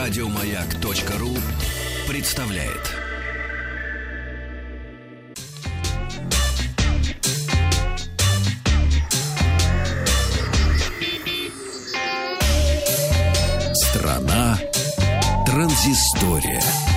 Радиомаяк.ру представляет. Страна транзистория.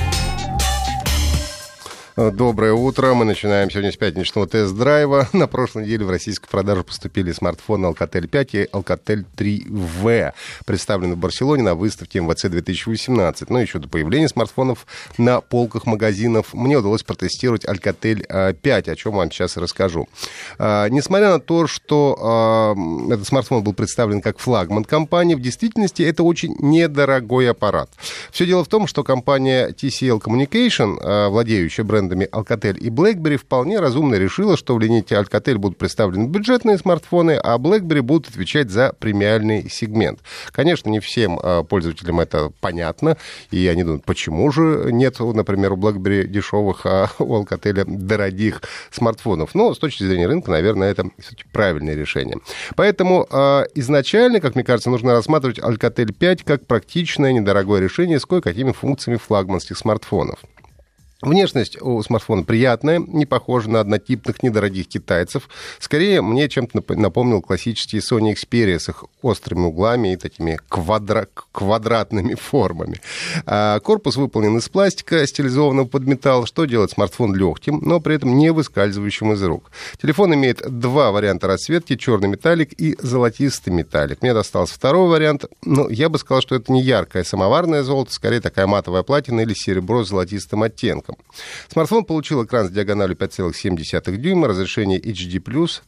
Доброе утро. Мы начинаем сегодня с пятничного тест-драйва. На прошлой неделе в российскую продажу поступили смартфоны Alcatel 5 и Alcatel 3V, представленные в Барселоне на выставке МВЦ 2018. Но еще до появления смартфонов на полках магазинов мне удалось протестировать Alcatel 5, о чем вам сейчас расскажу. Несмотря на то, что этот смартфон был представлен как флагман компании, в действительности это очень недорогой аппарат. Все дело в том, что компания TCL Communication, владеющая брендом Alcatel и BlackBerry, вполне разумно решила, что в линейке Alcatel будут представлены бюджетные смартфоны, а BlackBerry будут отвечать за премиальный сегмент. Конечно, не всем пользователям это понятно, и они думают, почему же нет, например, у BlackBerry дешевых, а у Alcatel дорогих смартфонов. Но с точки зрения рынка, наверное, это правильное решение. Поэтому изначально, как мне кажется, нужно рассматривать Alcatel 5 как практичное недорогое решение с кое-какими функциями флагманских смартфонов. Внешность у смартфона приятная, не похожа на однотипных недорогих китайцев. Скорее, мне чем-то напомнил классические Sony Xperia с их острыми углами и такими квадратными формами. Корпус выполнен из пластика, стилизованного под металл, что делает смартфон легким, но при этом не выскальзывающим из рук. Телефон имеет два варианта расцветки: черный металлик и золотистый металлик. Мне достался второй вариант, но я бы сказал, что это не яркое самоварное золото, скорее такая матовая платина или серебро с золотистым оттенком. Смартфон получил экран с диагональю 5,7 дюйма, разрешение HD+,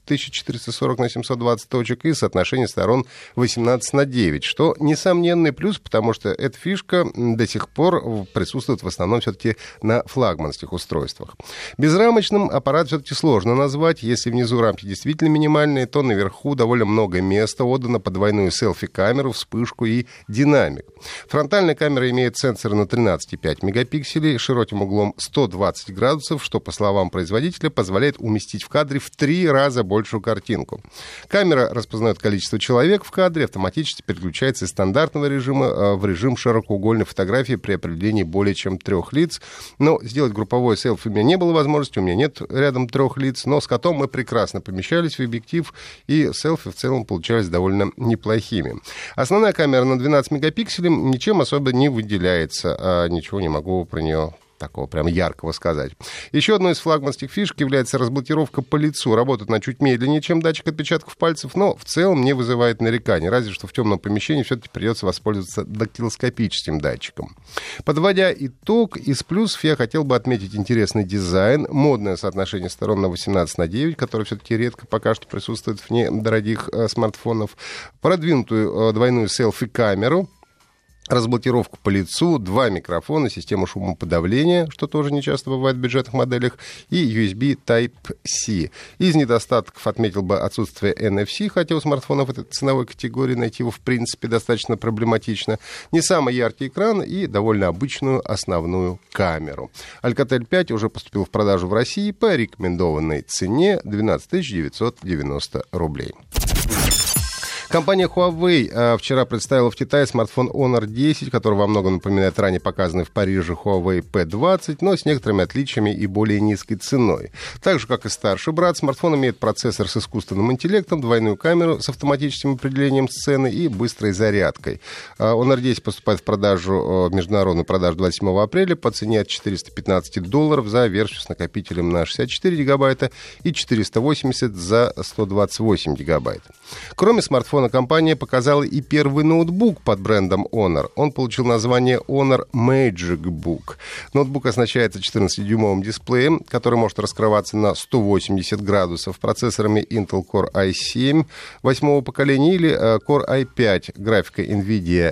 1440 на 720 точек и соотношение сторон 18:9, что несомненный плюс, потому что эта фишка до сих пор присутствует в основном все-таки на флагманских устройствах. Безрамочным аппарат все-таки сложно назвать. Если внизу рамки действительно минимальные, то наверху довольно много места отдано под двойную селфи-камеру, вспышку и динамик. Фронтальная камера имеет сенсор на 13,5 мегапикселей, широким углом 120 градусов, что, по словам производителя, позволяет уместить в кадре в 3 раза большую картинку. Камера распознает количество человек в кадре, автоматически переключается из стандартного режима в режим широкоугольной фотографии при определении более чем 3 лиц. Но сделать групповое селфи у меня не было возможности, у меня нет рядом 3 лиц, но с котом мы прекрасно помещались в объектив, и селфи в целом получались довольно неплохими. Основная камера на 12 мегапикселей ничем особо не выделяется, ничего не могу про нее такого прям яркого сказать. Еще одной из флагманских фишек является разблокировка по лицу. Работает она чуть медленнее, чем датчик отпечатков пальцев, но в целом не вызывает нареканий. Разве что в темном помещении все-таки придется воспользоваться дактилоскопическим датчиком. Подводя итог, из плюсов я хотел бы отметить интересный дизайн, модное соотношение сторон на 18:9, которое все-таки редко пока что присутствует в недорогих смартфонов, продвинутую двойную селфи-камеру, разблокировку по лицу, 2 микрофона, систему шумоподавления, что тоже нечасто бывает в бюджетных моделях, и USB Type-C. Из недостатков отметил бы отсутствие NFC, хотя у смартфонов этой ценовой категории найти его в принципе достаточно проблематично. Не самый яркий экран и довольно обычную основную камеру. Alcatel 5 уже поступил в продажу в России по рекомендованной цене 12 990 рублей. Компания Huawei вчера представила в Китае смартфон Honor 10, который во многом напоминает ранее показанный в Париже Huawei P20, но с некоторыми отличиями и более низкой ценой. Так же, как и старший брат, смартфон имеет процессор с искусственным интеллектом, двойную камеру с автоматическим определением сцены и быстрой зарядкой. Honor 10 поступает в продажу, международную продажу 27 апреля по цене от $415 за версию с накопителем на 64 гигабайта и 480 за 128 гигабайт. Кроме смартфона, компания показала и первый ноутбук под брендом Honor. Он получил название Honor Magic Book. Ноутбук оснащается 14-дюймовым дисплеем, который может раскрываться на 180 градусов, процессорами Intel Core i7 8-го поколения или Core i5, графикой NVIDIA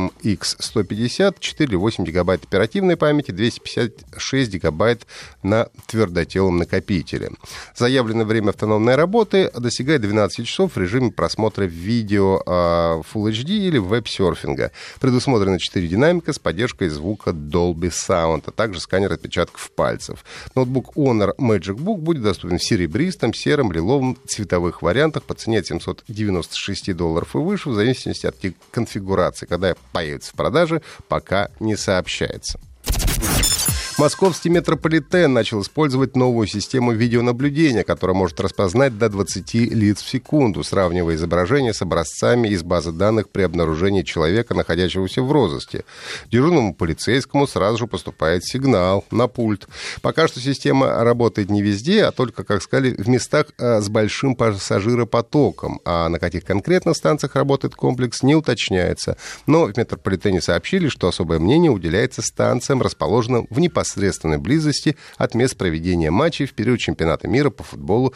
MX150, 4,8 гигабайт оперативной памяти, 256 гигабайт на твердотелом накопителе. Заявленное время автономной работы достигает 12 часов в режиме просмотра видео видео Full HD или веб-серфинга. Предусмотрено 4 динамика с поддержкой звука Dolby Sound, а также сканер отпечатков пальцев. Ноутбук Honor Magic Book будет доступен в серебристом, сером, лиловом цветовых вариантах по цене от $796 и выше, в зависимости от конфигурации. Когда появится в продаже, пока не сообщается. Московский метрополитен начал использовать новую систему видеонаблюдения, которая может распознать до 20 лиц в секунду, сравнивая изображения с образцами из базы данных при обнаружении человека, находящегося в розыске. Дежурному полицейскому сразу же поступает сигнал на пульт. Пока что система работает не везде, а только, как сказали, в местах с большим пассажиропотоком. А на каких конкретно станциях работает комплекс, не уточняется. Но в метрополитене сообщили, что особое мнение уделяется станциям, расположенным в непосредственной близости от мест проведения матчей в период чемпионата мира по футболу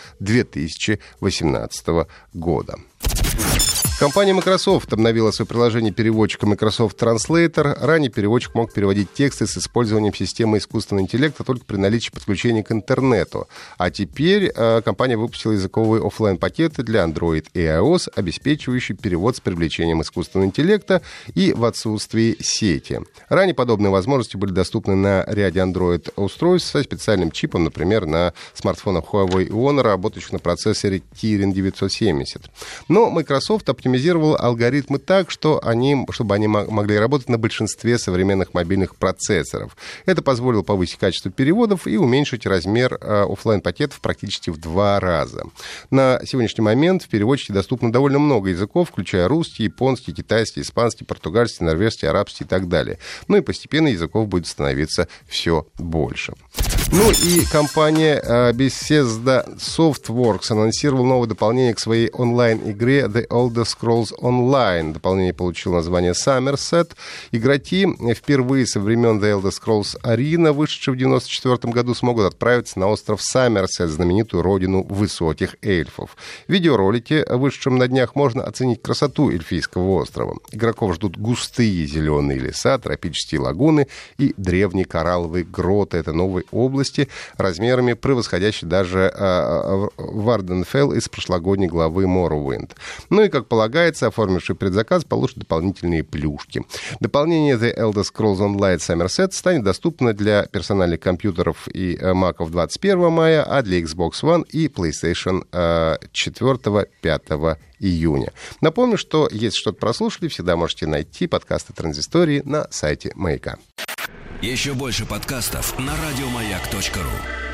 2018 года. Компания Microsoft обновила свое приложение переводчика Microsoft Translator. Ранее переводчик мог переводить тексты с использованием системы искусственного интеллекта только при наличии подключения к интернету. А теперь компания выпустила языковые офлайн-пакеты для Android и iOS, обеспечивающие перевод с привлечением искусственного интеллекта и в отсутствии сети. Ранее подобные возможности были доступны на ряде Android-устройств со специальным чипом, например, на смартфонах Huawei и Honor, работающих на процессоре Kirin 970. Но Microsoft оптимизировал алгоритмы так, чтобы они могли работать на большинстве современных мобильных процессоров. Это позволило повысить качество переводов и уменьшить размер офлайн-пакетов практически в 2 раза. На сегодняшний момент в переводчике доступно довольно много языков, включая русский, японский, китайский, испанский, португальский, норвежский, арабский и так далее. Ну и постепенно языков будет становиться все больше. Ну и компания Bethesda Softworks анонсировала новое дополнение к своей онлайн-игре The Elder Scrolls Online. Дополнение получило название Somerset. Игроки впервые со времен The Elder Scrolls Arena, вышедшей в 1994 году, смогут отправиться на остров Somerset, знаменитую родину высоких эльфов. В видеоролике, вышедшем на днях, можно оценить красоту эльфийского острова. Игроков ждут густые зеленые леса, тропические лагуны и древние коралловые гроты. Это новые области, размерами превосходящие даже Варденфелл из прошлогодней главы Morrowind. Ну и, как полагается, оформивший предзаказ получит дополнительные плюшки. Дополнение The Elder Scrolls Online Somerset станет доступно для персональных компьютеров и Mac'ов 21 мая, а для Xbox One и PlayStation 4-5 июня. Напомню, что если что-то прослушали, всегда можете найти подкасты Транзистории на сайте Маяка. Еще больше подкастов на радиомаяк.ру.